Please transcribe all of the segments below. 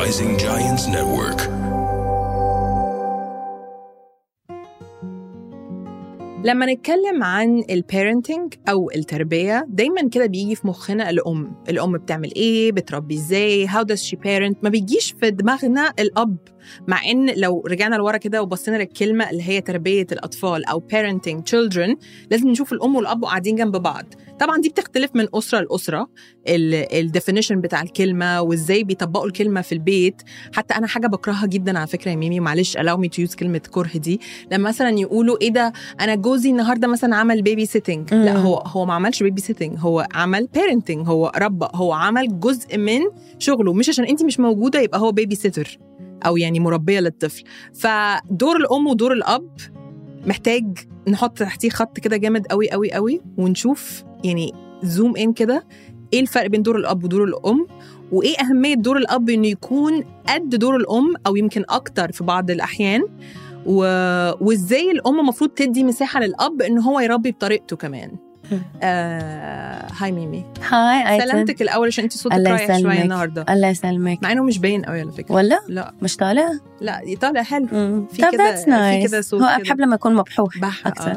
Rising Giants Network. لما نتكلم عن البيرنتينج أو التربية دايماً كده بيجي في مخنا الأم بتعمل إيه، بتربي إزاي، how does she parent. ما بيجيش في دماغنا الأب، مع إن لو رجعنا لورا كده وبصينا للكلمة اللي هي تربية الأطفال أو parenting children، لازم نشوف الأم والأب قاعدين جنب بعض. طبعاً دي بتختلف من أسرة لأسرة الديفينيشن بتاع الكلمة وإزاي بيطبقوا الكلمة في البيت. حتى أنا حاجة بكرهها جداً على فكرة يا ميمي، معلش allow me to use كلمة كره دي، لما مثلاً يقولوا إيه ده أنا جوزي النهارده مثلا عمل بيبي سيتنج. لا، هو ما عملش بيبي سيتنج، هو عمل بيرنتنج، هو ربى، هو عمل جزء من شغله. مش عشان انت مش موجوده يبقى هو بيبي سيتر او يعني مربيه للطفل. فدور الام ودور الاب محتاج نحط تحتيه خط كده جامد قوي قوي قوي، ونشوف يعني زوم ان كده ايه الفرق بين دور الاب ودور الام، وايه اهميه دور الاب انه يكون قد دور الام او يمكن اكتر في بعض الاحيان، وازاي الام مفروض تدي مساحه للاب ان هو يربي بطريقته كمان. هاي ميمي. هاي أيتن. سلامتك الاول عشان انت صوتك رايح شويه النهارده. الله يسلمك. مع انه مش باين قوي على فكره. ولا لا مش طالع. لا طالع حلو. في كده في كده صوت. هو بحب لما يكون مبحوح اكثر.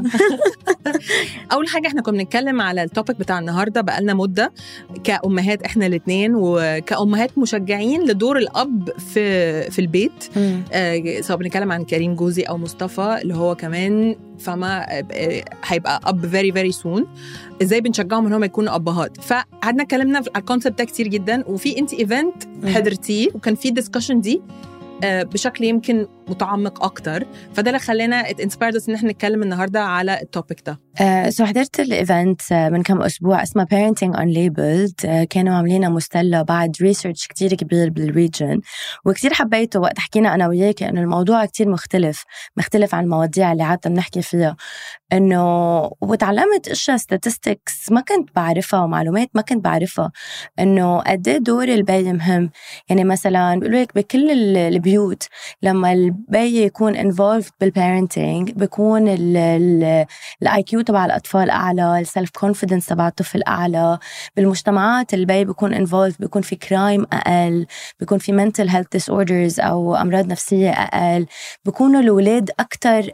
اول حاجه احنا كنا بنتكلم على التوبيك بتاع النهارده بقالنا مده كأمهات احنا الاثنين، وكأمهات مشجعين لدور الاب في البيت. سواء بنتكلم عن كريم جوزي او مصطفى اللي هو كمان فما هيبقى اب very very soon، ازاي بنشجعهم ان هم يكونوا ابهات. فقعدنا اتكلمنا على الكونسبت ده كتير جدا، وفي انت ايفنت حضرتيه وكان في ديسكشن دي بشكل يمكن متعمق اكتر، فده اللي خلينا اتانسبايرد ان احنا نتكلم النهارده على التوبيك ده. حضرت الايفنت من كم اسبوع اسمه Parenting Unlabeled. كانوا عاملين مستلة بعد ريسيرش كتير كبير بالريجن، وكتير حبيته وقت حكينا انا وياك انه الموضوع كتير مختلف عن المواضيع اللي عادة بنحكي فيها. انه وتعلمت اشياء statistics ما كنت بعرفها ومعلومات ما كنت بعرفها، انه قد ايه دور البي مهم. يعني مثلا بيقولوا لك بكل البيوت لما البي يكون involved بالparenting بيكون الاي كيو تبع الاطفال اعلى، السلف كونفيدنس تبع الطفل اعلى. بالمجتمعات البي بيكون involved بيكون في كرايم اقل، بيكون في mental health disorders او امراض نفسيه اقل، بيكونوا الاولاد اكثر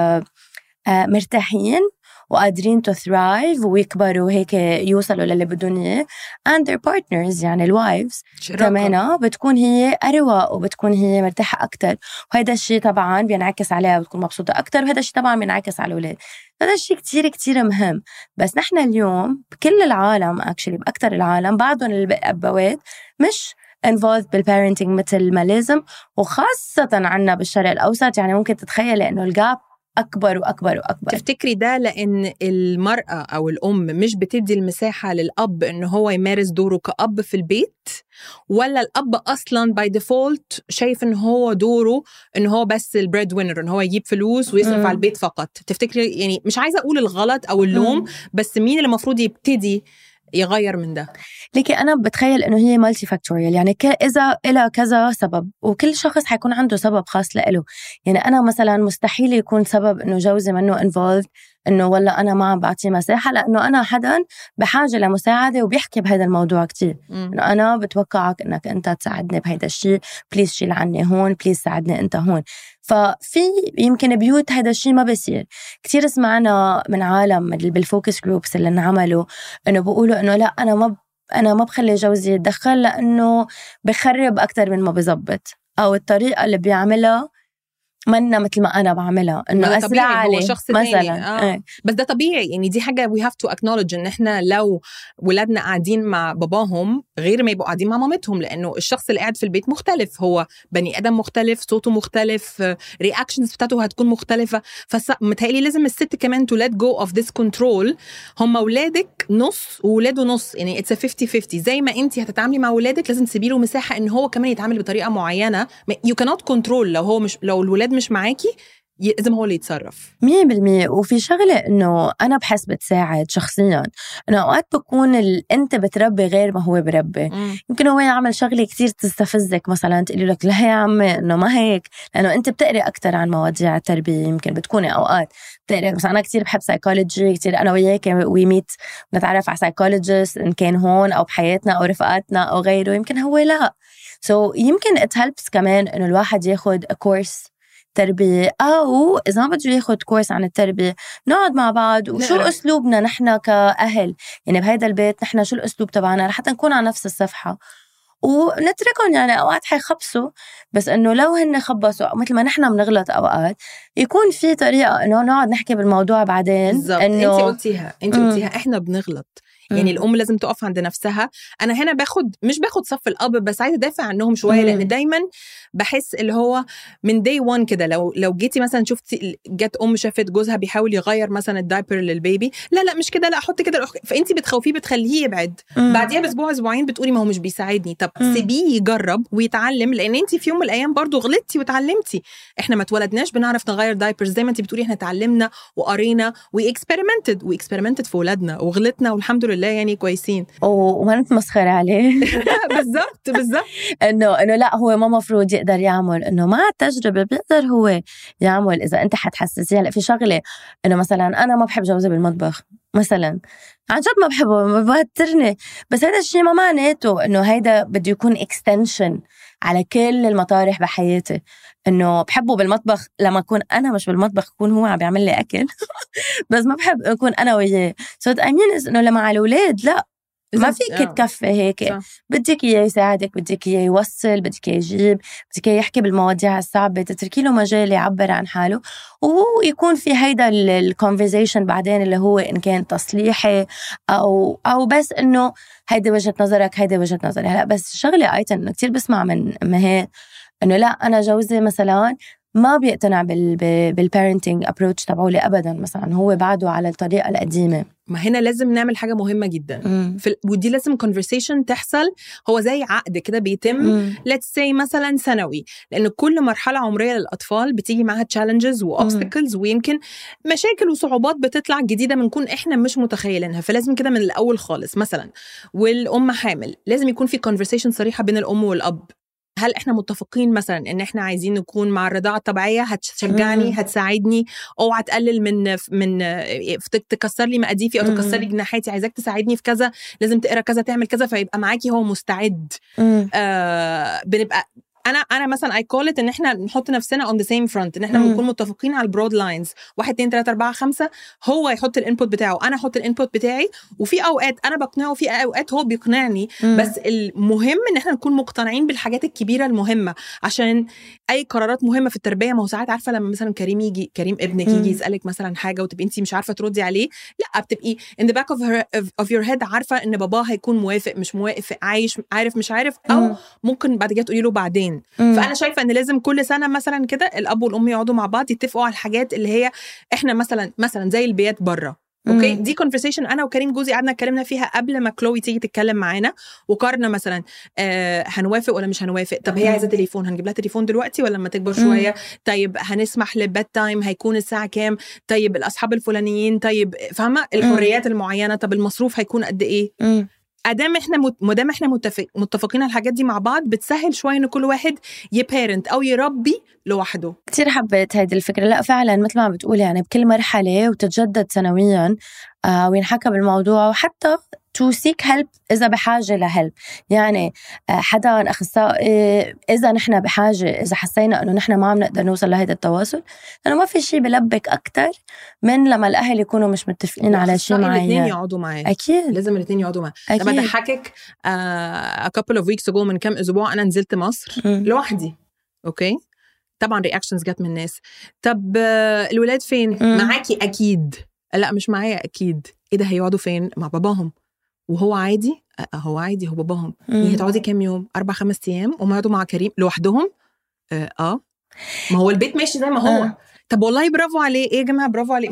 مرتاحين وقادرين to thrive ويكبروا هيك يوصلوا للي بدهم اياه. and their partners يعني الوايفز كمان بتكون هي أروق وبتكون هي مرتاحة أكتر، وهذا الشيء طبعا بينعكس عليها وبتكون مبسوطة أكتر، وهذا الشيء طبعا بينعكس على الأولاد. هذا الشيء كتير كتير مهم. بس نحن اليوم بكل العالم بأكتر العالم بعضهم الأبوات مش involved بالparenting مثل ما لازم، وخاصة عنا بالشرق الأوسط. يعني ممكن تتخيل إنه الجاب أكبر وأكبر وأكبر. تفتكري ده لأن المرأة أو الأم مش بتدي المساحة للأب إنه هو يمارس دوره كأب في البيت، ولا الأب أصلاً by default شايف إنه هو دوره إنه هو بس البريد وينر، إنه هو يجيب فلوس ويصرف على البيت فقط؟ تفتكري يعني مش عايزة أقول الغلط أو اللوم، بس مين اللي المفروض يبتدي يغير من ده؟ لكن أنا بتخيل إنه هي مالتي فاكتوريال، يعني إذا إلى كذا سبب وكل شخص حيكون عنده سبب خاص له. يعني أنا مثلا مستحيل يكون سبب إنه جوزي منه involved، إنه ولا أنا ما عم بعطيه مساحة، لأنه أنا حدا بحاجة لمساعدة وبيحكي بهذا الموضوع كتير. إنه أنا بتوقعك إنك أنت تساعدني بهذا الشيء، بليز شيل عني هون، بليز ساعدني أنت هون. ففي يمكن بيوت هذا الشيء ما بيصير. كتير سمعنا من عالم بالفوكس جروبس اللي انعملوا إنه بيقولوا إنه لا أنا ما بخلي جوزي يتدخل لأنه بخرب أكتر من ما بيزبط، أو الطريقة اللي بيعملها منا مثل ما أنا بعملها، إنه أسرع عليه مثلا. بس ده طبيعي، يعني دي حاجة we have to acknowledge إن إحنا لو ولادنا قاعدين مع باباهم غير ما يبقوا قاعدين مع مامتهم، لأنه الشخص اللي قاعد في البيت مختلف، هو بني آدم مختلف، صوته مختلف، reactions بتاعته هتكون مختلفة. فمتهيألي لازم الست كمان to let go of this control. هم ولادك نص وولاده نص، يعني it's a 50-50. زي ما أنت هتتعاملي مع ولادك لازم تسيبيله مساحة إن هو كمان يتعامل بطريقة معينة. you cannot control لو الولاد مش معاكي لازم هو اللي يتصرف 100%. وفي شغلة إنه أنا بحس بتساعد شخصياً، إنه أوقات بكون أنت بتربي غير ما هو بربي. يمكن هو يعمل شغلة كتير تستفزك، مثلاً تقولي لك لا يا عمي إنه ما هيك، لأنه أنت بتقري أكتر عن مواضيع التربية. يمكن بتكوني أوقات بتقري، بس أنا كتير بحب سايكولوجي كتير. أنا وياك ويميت نتعرف على سايكولوجيست إن كان هون أو بحياتنا أو رفقاتنا أو غيره، يمكن هو لا. يمكن it helps كمان إنه الواحد ياخد كورس تربية، أو إذا ما بده ياخد كورس عن التربية نقعد مع بعض وشو أسلوبنا نحن كأهل، يعني بهيدا البيت نحن شو الأسلوب تبعنا لحتى نكون على نفس الصفحة ونتركهم. يعني أوقات حيخبصوا، بس إنه لو هن خبصوا مثل ما نحن بنغلط أوقات، يكون في طريقة إنه نقعد نحكي بالموضوع بعدين. بالضبط، أنت قلتيها إحنا بنغلط، يعني الأم لازم تقف عند نفسها. أنا هنا مش باخد صف الأب، بس عايزة أدافع عنهم شوية، لأن دايما بحس اللي هو من day one كده، لو جيتي مثلا شفتي جت أم شافت جوزها بيحاول يغير مثلا الدايبر للبيبي، لا مش كده، لا أحط كده، فأنت بتخوفيه بتخليه يبعد، بعديها بأسبوع أسبوعين بتقولي ما هو مش بيساعدني. طب سيبيه يجرب ويتعلم، لأن أنت في يوم من الأيام برضو غلطتي وتعلمتي. إحنا ما اتولدناش بنعرف نغير دايبرز زي ما أنت بتقولي، إحنا تعلمنا وقرينا وإكسبيرمنتد في ولادنا وغلطنا، والحمد لله يعني كويسين وما نتمسخر عليه. بالضبط انه لا هو ما مفروض يقدر يعمل، انه مع التجربه بيقدر هو يعمل. اذا انت حتحسسيه هلا في شغله انه مثلا انا ما بحب جوزي بالمطبخ مثلا، عن جد ما بحبه، ما بوترني، بس هذا الشيء ما معناته انه هيدا بده يكون اكستنشن على كل المطارح بحياتي. انه بحبه بالمطبخ لما اكون انا مش بالمطبخ، يكون هو عم بيعمل لي اكل بس ما بحب اكون انا وياه. انه لما على الاولاد لا، ما فيك تكفي هيك، بدك اياه يساعدك، بدك اياه يوصل، بدك اياه يجيب، بدك اياه يحكي بالمواضيع الصعبه، تتركي له مجال يعبر عن حاله، ويكون في هيدا الكونفرزيشن بعدين اللي هو ان كان تصليحي او بس انه هيدا وجهه نظرك هيدا وجهه نظري. هلا بس شغله ايتن انه كثير بسمع من امهات انه لا انا جوزي مثلا ما بيقتنع بالبارنتينج ابروتش تبعولي ابدا، مثلا هو بعده على الطريقه القديمه. ما هنا لازم نعمل حاجة مهمة جدا ودي لازم conversation تحصل. هو زي عقد كده بيتم let's say مثلا سنوي، لأن كل مرحلة عمرية للأطفال بتيجي معها challenges وobstacles ويمكن مشاكل وصعوبات بتطلع جديدة منكون إحنا مش متخيلينها، فلازم كده من الأول خالص. مثلا والأم حامل لازم يكون في conversation صريحة بين الأم والأب. هل احنا متفقين مثلا ان احنا عايزين نكون مع الرضاعة الطبيعية، هتشجعني هتساعدني، اوعى تقلل من تكسر لي مقاديفي او تكسر لي جناحاتي، عايزاك تساعدني في كذا، لازم تقرا كذا، تعمل كذا، فيبقى معاكي هو مستعد. بنبقى انا مثلا I call it ان احنا نحط نفسنا on the same front، ان احنا بنكون متفقين على البرود لاينز 1 2 3 4 5، هو يحط الانبوت بتاعه، انا احط الانبوت بتاعي، وفي اوقات انا بقنعه وفي اوقات هو بيقنعني. بس المهم ان احنا نكون مقتنعين بالحاجات الكبيره المهمه، عشان اي قرارات مهمه في التربيه. ما هو ساعات عارفه لما مثلا كريم ابنك يجي يسالك مثلا حاجه وتبقي انت مش عارفه تردي عليه، لا بتبقي in the back of your head عارفه ان باباه هيكون موافق مش موافق، عارف مش عارف، او ممكن بعد كده تقولي له بعدين. فانا شايفه ان لازم كل سنه مثلا كده الاب والام يقعدوا مع بعض يتفقوا على الحاجات اللي هي احنا مثلا زي البيات بره. اوكي دي كونفرسيشن انا وكريم جوزي قعدنا اتكلمنا فيها قبل ما كلوي تيجي تتكلم معانا، وقارنا مثلا هنوافق ولا مش هنوافق. طب هي عايزه تليفون، هنجيب لها تليفون دلوقتي ولا لما تكبر شويه؟ طيب هنسمح للبيت تايم، هيكون الساعه كام؟ طيب الاصحاب الفلانيين، طيب فاهمه الحريات المعينه، طب المصروف هيكون قد ايه؟ ادام احنا متفقين على الحاجات دي مع بعض، بتسهل شويه ان كل واحد يبارنت او يربي لوحده. كتير حبيت هيدي الفكره. لا فعلا مثل ما بتقولي، يعني بكل مرحله وتتجدد سنويا وينحكى بالموضوع، وحتى to seek help إذا بحاجة لهلب. يعني حدا أخصائي إذا نحن بحاجة، إذا حسينا أنه نحن ما عم نقدر نوصل لهذا التواصل، لأنه ما في شيء بلبك أكتر من لما الأهل يكونوا مش متفقين على شيء معين. الاثنين يقعدوا معاه، أكيد لازم الاثنين يقعدوا معاه. لما أضحكك a couple of weeks ago، من كم أسبوع أنا نزلت مصر لوحدي. أوكي طبعا رياكشنز جت من الناس، طب الولاد فين؟ معاكي أكيد؟ لا مش معايا أكيد. إيه ده هيقعدوا فين؟ مع باباهم. وهو عادي؟ هو عادي، هو باباهم. يعني هتقعدي كام يوم؟ 4-5 أيام وما يقعدوا مع كريم لوحدهم؟ ما هو البيت ماشي زي ما هو. طب والله برافو عليه. ايه يا جماعه برافو عليه؟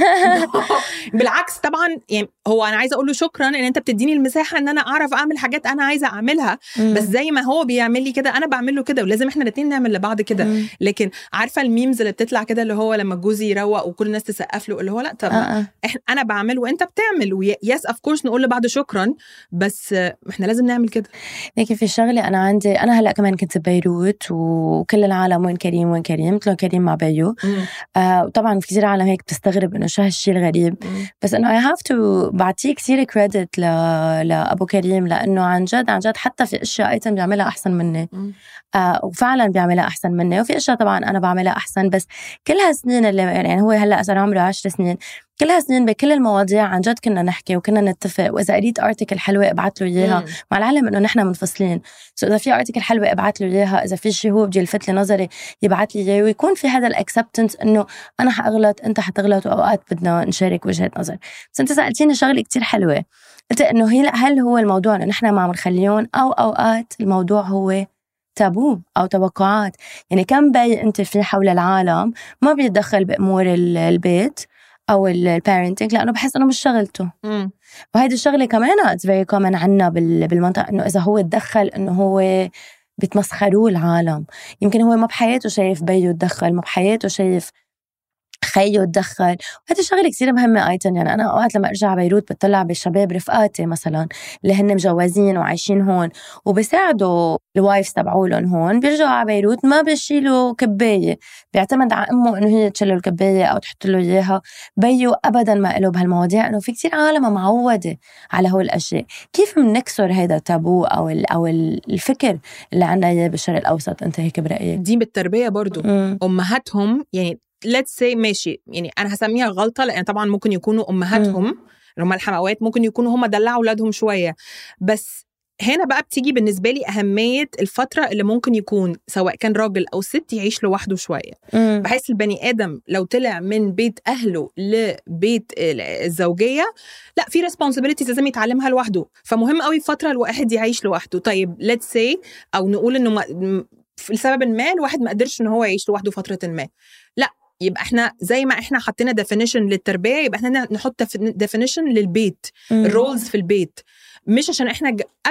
بالعكس طبعا، يعني هو انا عايزه اقول له شكرا ان انت بتديني المساحه ان انا اعرف اعمل حاجات انا عايزه اعملها، بس زي ما هو بيعمل لي كده انا بعمل له كده، ولازم احنا الاثنين نعمل لبعض كده. لكن عارفه الميمز اللي بتطلع كده اللي هو لما جوزي يروق وكل الناس تسقف له، اللي هو لا طب انا بعمل وانت بتعمل، يس اوف كورس نقول لبعض شكرا، بس احنا لازم نعمل كده. لكن في شغله انا عندي، انا هلا كمان كنت ببيروت وكل العالم وين كريم قلت له كريم مع بيو وطبعا كثير عالم هيك بتستغرب إنه شو هالشي الغريب. بس إنه I have to بعطيه كثير كريدت لأبو كريم، لأنه عن جد حتى في أشياء أيضا بيعملها أحسن مني، وفعلا بيعملها أحسن مني، وفي أشياء طبعا أنا بعملها أحسن. بس كل هالسنين اللي يعني هو هلأ صار عمره 10 سنين، كل هالسنين بكل المواضيع عن جد كنا نحكي وكنا نتفق، وإذا قريت أرتيكل حلوة ابعت له إياها، مع العلم إنه نحن منفصلين. إذا في أرتيكل حلوة ابعت له إياها، إذا في شيء هو بجي يلفت لي نظري يبعت لي إياه، ويكون في هذا الأكسبتنس إنه أنا حأغلط أنت حتغلط، وأوقات بدنا نشارك وجهة نظر. بس أنت سألتيني شغلة كتير حلوة، قلت إنه هل هو الموضوع إنه نحن ما عم نخليون، أو أوقات الموضوع هو تابو أو توقعات. يعني كم بي أنت في حول العالم ما بيتدخل بأمور البيت أو البارنتينج لأنه بحس أنه مش شغلته. وهيدي الشغلة كمان it's very common عنا بالمنطقة، إنه إذا هو تدخل إنه هو بتمسخروه العالم. يمكن هو ما بحياته شايف بيه يتدخل، ما بحياته شايف خيه يتدخل. وهذا شغله كثير مهمه ايضا. يعني انا اوقات لما ارجع بيروت بتطلع بالشباب رفقاتي مثلا اللي هن مجوزين وعايشين هون وبيساعدوا الوايفز تبعولهم هون، بيرجعوا على بيروت ما بيشيلوا كبايه، بيعتمد على امه انه هي تشيل له الكبايه او تحط له اياها. بيو ابدا ما له بهالمواضيع، انه في كثير عالم معوده على هول الاشياء. كيف بنكسر هذا التابو او الفكر اللي عندنا اياه بالشرق الاوسط؟ انت هيك برايك؟ دي بالتربيه برضو. امهاتهم يعني let's say ماشي، يعني أنا هسميها غلطة، لأن طبعا ممكن يكونوا أمهاتهم اللي هم الحموات ممكن يكونوا هم دلعوا أولادهم شوية. بس هنا بقى بتيجي بالنسبة لي أهمية الفترة اللي ممكن يكون سواء كان راجل أو ست يعيش لوحده شوية. بحيث البني آدم لو طلع من بيت أهله لبيت الزوجية، لا في responsibilities لازم يتعلمها لوحده. فمهم قوي فترة الواحد يعيش لوحده. طيب let's say أو نقول إنه لسبب ما الواحد ما قدرش إنه هو يعيش لوحده فترة ما، لا يبقى احنا زي ما احنا حطينا definition للتربية، يبقى احنا نحط definition للبيت، الرولز في البيت. مش عشان احنا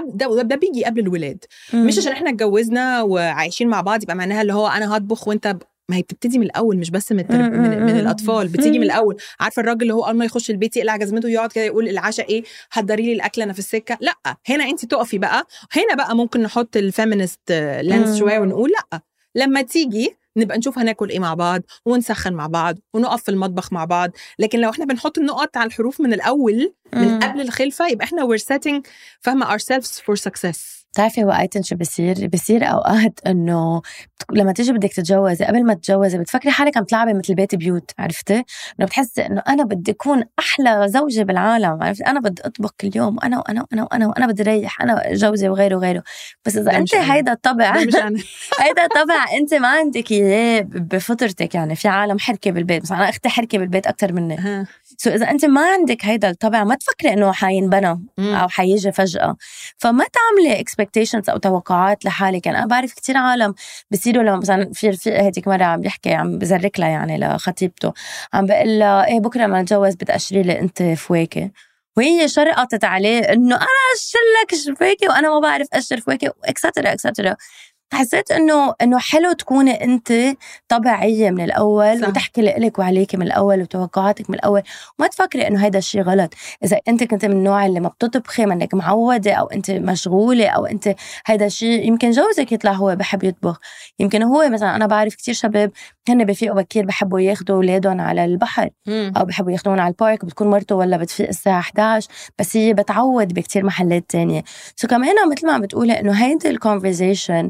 ده بيجي قبل الولاد، مش عشان احنا اتجوزنا وعايشين مع بعض يبقى معناها اللي هو انا هطبخ وانت ما هي بتبتدي من الاول، مش بس من الاطفال، بتيجي من الاول. عارفه الراجل اللي هو اول ما يخش البيت يقلع جزمته ويقعد كده يقول العشاء ايه، حضري لي الاكل انا في السكه. لا هنا انت تقفي بقى، هنا بقى ممكن نحط الفيمينست لانس شويه ونقول لا، لما تيجي نبقى نشوف هناكل ايه مع بعض ونسخن مع بعض ونقف في المطبخ مع بعض. لكن لو احنا بنحط النقط على الحروف من الأول من قبل الخلفة، يبقى احنا we're setting فاهمة ourselves for success. تعرفي وقت شو بصير أوقات إنه لما تيجي بدك تتجوزي، قبل ما تتجوزي بتفكري حالك عم تلعبي مثل بيت بيوت، عرفتي؟ إنه بتحسي إنه أنا بدي أكون أحلى زوجة بالعالم، عرفتي؟ أنا بدي أطبخ كل يوم، أنا وأنا وأنا وأنا وأنا بدي ريح أنا جوزي وغيره وغيره. بس إذا أنت هيدا الطبع هيدا الطبع أنت ما عندك إياه بفطرتك. يعني في عالم حركة بالبيت، مثلا أنا أختي حركة بالبيت أكتر مني. إذا أنت ما عندك هيدا الطبع ما تفكري إنه حينبنى أو حيجي فجأة. فما تعملي expectations أو توقعات لحالك. يعني أنا بعرف كتير عالم بيصيروا لما مثلا في هيك مرة عم بيحكي، عم بزرك لها يعني لخطيبته، عم بقول لها إيه بكرة ما نتجوز بتقشري لي أنت فواكه، وهي شرقت عليه إنه أنا أقشر لك فواكه وأنا ما بعرف أقشر فواكه إكسترا. حسيت إنه حلو تكوني أنت طبيعية من الأول، صح. وتحكي لك وعليك من الأول وتوقعاتك من الأول، وما تفكري إنه هيدا الشيء غلط. إذا أنت كنت من النوع اللي ما بتطبخي، منك معودة، أو أنت مشغولة، أو أنت هيدا الشيء، يمكن جوزك يطلع هو بحب يطبخ، يمكن هو مثلا أنا بعرف كتير شباب هن بفيقوا بكير بحبوا ياخدوا أولادهم على البحر أو بحبوا ياخدون على البارك، بتكون مرته ولا بتفيق الساعة 11 بس هي بتعود بكتير محلات تانية. كمان مثل ما عم بتقولي إنه هيدا الكونفرزيشن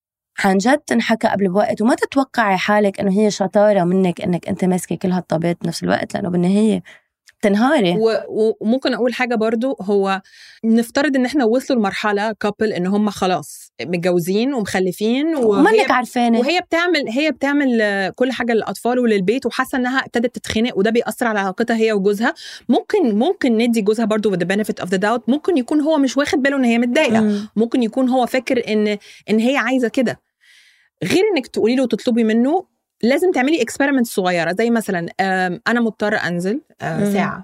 عن جد تنحكى قبل بوقت، وما تتوقعي حالك انه هي شطاره منك انك انت ماسكه كل هالطابات بنفس الوقت، لانه بالنهايه تنهاري. وممكن اقول حاجه برضو، هو نفترض ان احنا وصلوا لمرحله كابل ان هم خلاص متجوزين ومخلفين ومنك عارفانه، وهي بتعمل كل حاجه للاطفال وللبيت، وحاسه انها ابتدت تتخنق وده بيأثر على علاقتها هي وجوزها. ممكن ندي جوزها برضو with the benefit of the doubt. ممكن يكون هو مش واخد باله ان هي متضايقه، ممكن يكون هو فاكر ان هي عايزه كده. غير انك تقولي له وتطلبي منه، لازم تعملي اكسبيرمنت صغيره، زي مثلا انا مضطره انزل ساعه،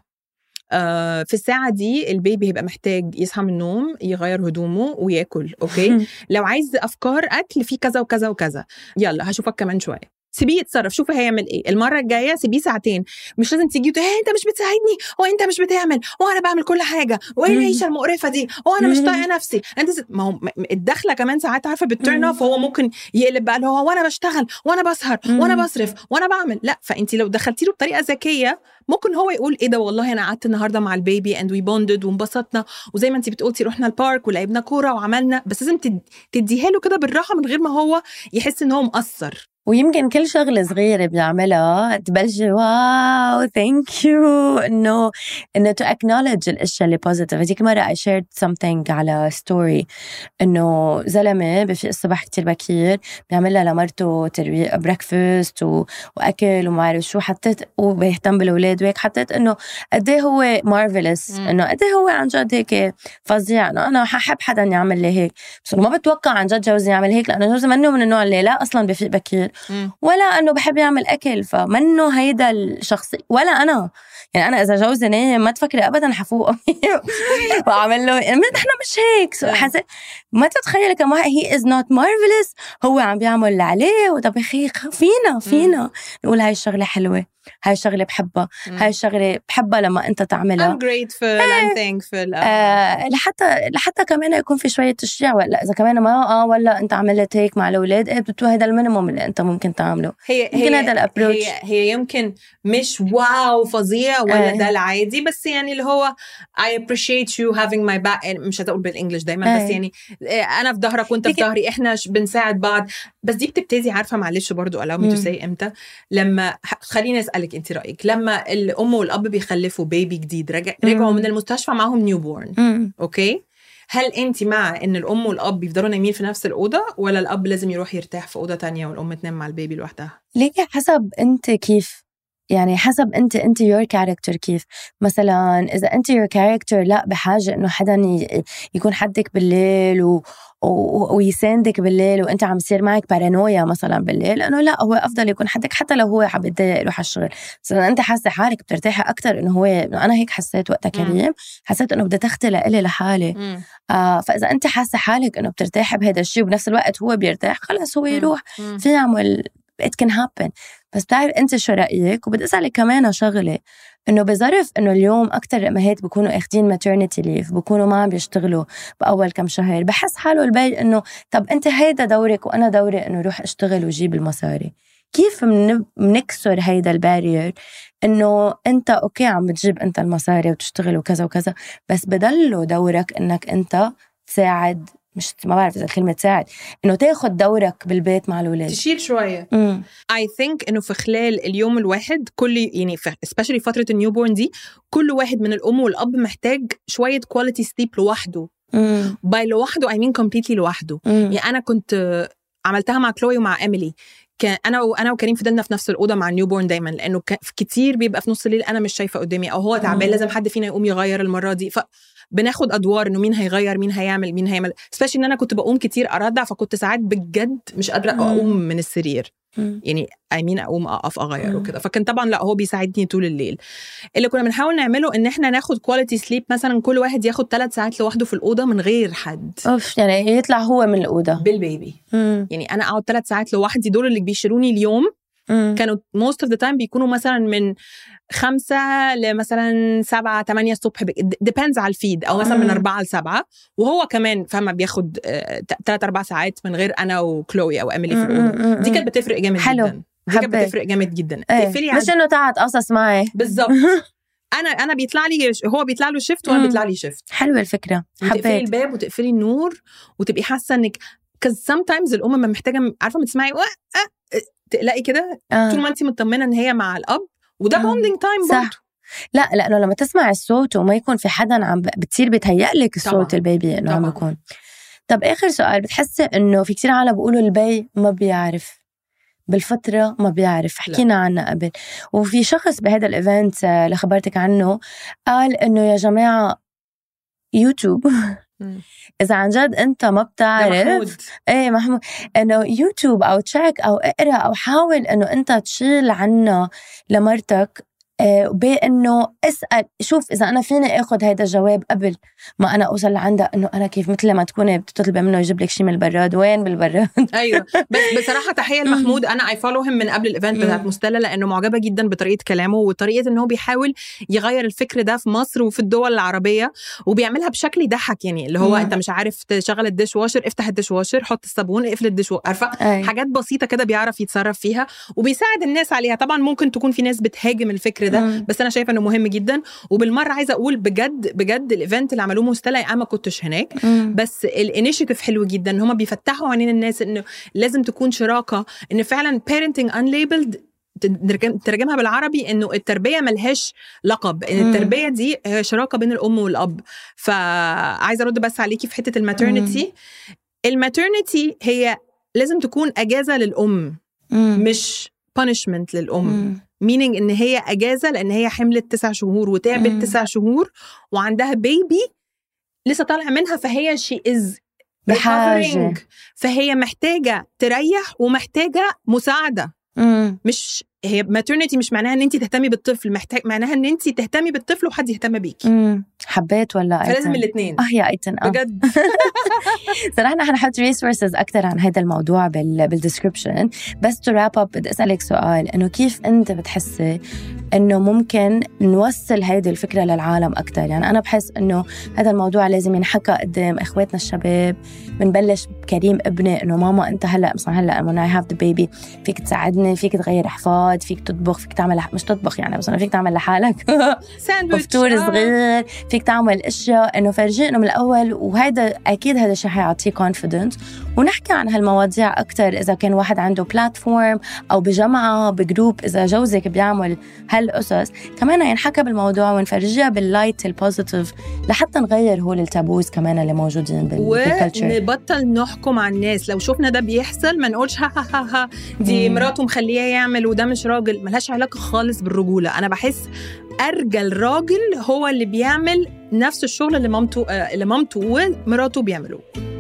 في الساعه دي البيبي هيبقى محتاج يصحى من النوم، يغير هدومه وياكل. اوكي لو عايز افكار اكل في كذا وكذا وكذا، يلا هشوفك كمان شويه. سيبيه يتصرف، شوفي هيعمل ايه المره الجايه، سيبيه ساعتين. مش لازم تيجي تقولي انت مش بتساعدني، وانت مش بتعمل، وانا بعمل كل حاجه، وايه العيشه المقرفه دي، وانا مش طايقه نفسي. انت ما هو الدخله كمان ساعات عارفه بالتيرن اوف، هو ممكن يقلب بقى اللي هو وانا بشتغل وانا بسهر وانا بصرف وانا بعمل. لا، فانت لو دخلتي له بطريقه ذكيه ممكن هو يقول ايه ده، والله انا قعدت النهارده مع البيبي اند وي بوندد وانبسطنا، وزي ما انت بتقولتي رحنا البارك ولعبنا كوره وعملنا. بس لازم تديها له كده بالراحه من غير ما هو يحس ان هو مقصر. ويمكن كل شغلة صغيرة بيعملها تبلشي واو ثانك يو، إنه to acknowledge الأشياء اللي positive. هذيك مرة I shared something على story إنه زلمة بفيق الصبح كتير بكير بيعملها لمرته ترويق بريكفاست وأكل وما عارف شو، حطيت وبيهتم بالأولاد وهيك، حطيت إنه قديه هو marvelous، إنه قديه هو عن جد هيك فظيع، إنه أنا ححب حدا يعمل لي هيك. بس ما بتوقع عن جد جوزي يعمل هيك، لأنه جوزي منه من النوع اللي لا أصلا بفيق بكير ولا أنه بحب يعمل أكل، فمنه هيدا الشخص. ولا أنا يعني أنا إذا جوزي نايم ما تفكري أبدا حفوق وأعمل له نحن مش هيك. حسيت ما تتخيلي كم واحد he is not marvelous، هو عم بيعمل اللي عليه. وطب يخي فينا نقول هاي الشغلة حلوة، هاي الشغلة بحبها، هاي الشغلة بحبها لما أنت تعملها. I'm grateful I'm thankful. لحتى كمان يكون في شوية تشجيع. ولا إذا كمان ما ولا أنت عملت هيك مع الأولاد، بتو هذا المينيموم اللي أنت ممكن تعمله. يمكن هذا الأبروتش هي يمكن مش واو فظيع ولا ده العادي، بس يعني اللي هو I appreciate you having my back. مش هتقول بالإنجليش دايما، بس يعني أنا في ظهرك وأنت في ظهري، إحنا بنساعد بعض. بس دي بتبتدي عارفة معلش برضو allow me to say إمتى، لما خليني أسألك أنت رأيك، لما الأم والأب بيخلفوا بيبي جديد رجعوا من المستشفى معهم نيو بورن، أوكي، هل أنت مع إن الأم والأب يفضلوا نايمين في نفس الأوضة، ولا الأب لازم يروح يرتاح في أوضة تانية والأم تنام مع البيبي لوحدها؟ ليه؟ حسب أنت كيف، يعني حسب أنت your character كيف. مثلا إذا أنت your character لا بحاجة إنه حدا يكون حدك بالليل ويساندك بالليل، وأنت عم يصير معك بارانويا مثلا بالليل، لأنه لا، هو أفضل يكون حدك حتى لو هو عم يتضايق يروح على الشغل. بس أنت حاسة حالك بترتاحي أكتر، إنه هو أنا هيك حسيت وقتها كريم، حسيت إنه بدي تختلق إلي لحالي. فإذا أنت حاسة حالك إنه بترتاحي بهذا الشيء وبنفس الوقت هو بيرتاح، خلاص هو يروح في يعمل it can happen. بس بتعرف أنت شو رأيك؟ وبدي أسألك كمان شغلة، إنه بظرف إنه اليوم أكتر الأمهات بيكونوا أخدين maternity leave، بيكونوا ما عم بيشتغلوا بأول كم شهر، بحس حاله البي إنه طب أنت هيدا دورك وأنا دوري إنه روح أشتغل وجيب المصاري. كيف منكسر هيدا البارير إنه أنت أوكي عم بتجيب أنت المصاري وتشتغل وكذا وكذا، بس بدله دورك إنك أنت تساعد، مش ما بعرف إذا الكلمة تساعد، إنه تاخد دورك بالبيت مع الأولاد، تشيل شوية. I think إنه في خلال اليوم الواحد كل يعني especially فترة النيوبورن دي، كل واحد من الأم والأب محتاج شوية quality sleep لوحده. by لوحده I mean completely لوحده. يعني أنا كنت عملتها مع كلوي ومع إيميلي، أنا وكريم فضلنا في نفس الأوضة مع النيوبورن دايما، لأنه كتير بيبقى في نص الليل أنا مش شايفة قدامي، أو هو تعبان لازم حد فينا يقوم يغير المرة دي، بناخد أدوار إنه مين هيغير مين هيعمل especially إن أنا كنت بقوم كتير أرضع، فكنت ساعات بجد مش قادرة أقوم من السرير، يعني أقوم أقف أغير وكده. فكان طبعا لا، هو بيساعدني طول الليل. اللي كنا بنحاول نعمله إن إحنا ناخد quality sleep، مثلا كل واحد ياخد 3 ساعات لوحده في الأوضة من غير حد. يعني يطلع هو من الأوضة بالبيبي. يعني أنا أقعد 3 ساعات لوحدي، دول اللي بيشيلوني اليوم. كانوا most of the time بيكونوا مثلا من 5 لمثلا 7-8 الصبح، depends على الفيد، أو مثلا من 4 ل7، وهو كمان فاهمة بياخد 3-4 ساعات من غير أنا وكلوي أو أميلي في الأوضة. دي كانت بتفرق جامد جدا. دي كانت بتفرق جامد جدا. مش إنه تعال قصص معي بالضبط. أنا بيطلع لي، هو بيطلع له شيفت وأنا بيطلع لي شيفت. حلوة الفكرة. تقفلي الباب وتقفلي النور وتبقي حاسة إنك because sometimes الأم ما محتاجة عارفة ما تسمعي تقلقي كده طول ما أنت مطمنة إن هي مع الأب، وده bonding time برضه. لا لأنه لما تسمع الصوت وما يكون في حدا عم بتصير بتهيألك الصوت البيبي إنه عم يكون. طب آخر سؤال، بتحسي إنه في كتير عالم بيقولوا البي ما بيعرف بالفترة، ما بيعرف، حكينا عنه قبل، وفي شخص بهذا الإيفنت اللي خبرتك عنه قال إنه يا جماعة يوتيوب إذا عن جد أنت ما بتعرف محمود إنه يوتيوب أو تشيك أو اقرأ أو حاول إنه أنت تشيل عنا لمرتك بأنه اسأل، شوف إذا أنا فيني أخذ هيدا الجواب قبل ما أنا أوصل لعندها، إنه أنا كيف مثل ما تكوني بتطلبي منه يجيب لك شيء من البراد، وين بالبراد؟ أيوة. بس بصراحة تحية لمحمود، أنا I follow him من قبل الإيفنت بتاعت مستلة، لأنه معجبة جدا بطريقة كلامه وطريقة إنه بيحاول يغير الفكر ده في مصر وفي الدول العربية، وبيعملها بشكل يضحك يعني، اللي هو أنت مش عارف تشغل الديش واشر، افتح الديش واشر، حط الصابون، اقفل الديش واشر، عارفة حاجات بسيطة كده بيعرف يتصرف فيها وبيساعد الناس عليها. طبعا ممكن تكون في ناس بتهاجم الفكر ده، بس أنا شايفة إنه مهم جدا. وبالمرة عايزة أقول بجد الإيفنت اللي عملوه مستلة، أنا ما كنتش هناك، بس الانيشيتيف حلو جدا، إن هما بيفتحوا عينين الناس إنه لازم تكون شراكة، إن فعلا parenting unlabeled ترجمها بالعربي إنه التربية ملهاش لقب، إن التربية دي شراكة بين الأم والأب. فعايزة أرد بس عليكي في حتة الماترنتي هي لازم تكون أجازة للأم، مش punishment للأم. meaning إن هي أجازة لأن هي حملت 9 شهور وتعبت 9 شهور وعندها بيبي لسه طالع منها، فهي she is بحاجة، فهي محتاجة تريح ومحتاجة مساعدة. مش هي maternity مش معناها ان انت تهتمي بالطفل، معناها ان انت تهتمي بالطفل وحد يهتم بيكي. حبيت ولا فلازم الاثنين. يا ايتن بجد. صراحة نحن نحط resources أكتر عن هذا الموضوع بالديسكريبشن. بس to wrap up بدي أسألك سؤال، إنه كيف أنت بتحسي إنه ممكن نوصل هذه الفكرة للعالم أكتر؟ يعني أنا بحس إنه هذا الموضوع لازم ينحكى قدام إخواتنا الشباب. بنبلش بكريم ابني إنه ماما أنت هلأ مثلا when I have the baby فيك تساعدني، فيك تغير حفاض، فيك تطبخ، فيك تعمل مش تطبخ يعني مثلا فيك تعمل لحالك فطور صغير، فيك تعمل اشياء، انه فرجي انه من الاول. وهذا اكيد هذا الشيء حيعطيه كونفيدنس. ونحكي عن هالمواضيع اكثر اذا كان واحد عنده بلاتفورم او بجمعه بجروب، اذا جوزك بيعمل هالقصص كمان ينحكى بالموضوع ونفرجيها باللايت البوزيتيف لحتى نغير هول التابوز كمان اللي موجودين بالكالتشر. ونبطل نحكم على الناس. لو شفنا ده بيحصل ما نقولش ها دي مراته مخليه يعمل وده مش راجل. ملهاش علاقه خالص بالرجوله. انا بحس أرجل راجل هو اللي بيعمل نفس الشغل اللي مامته ومراته بيعملوه.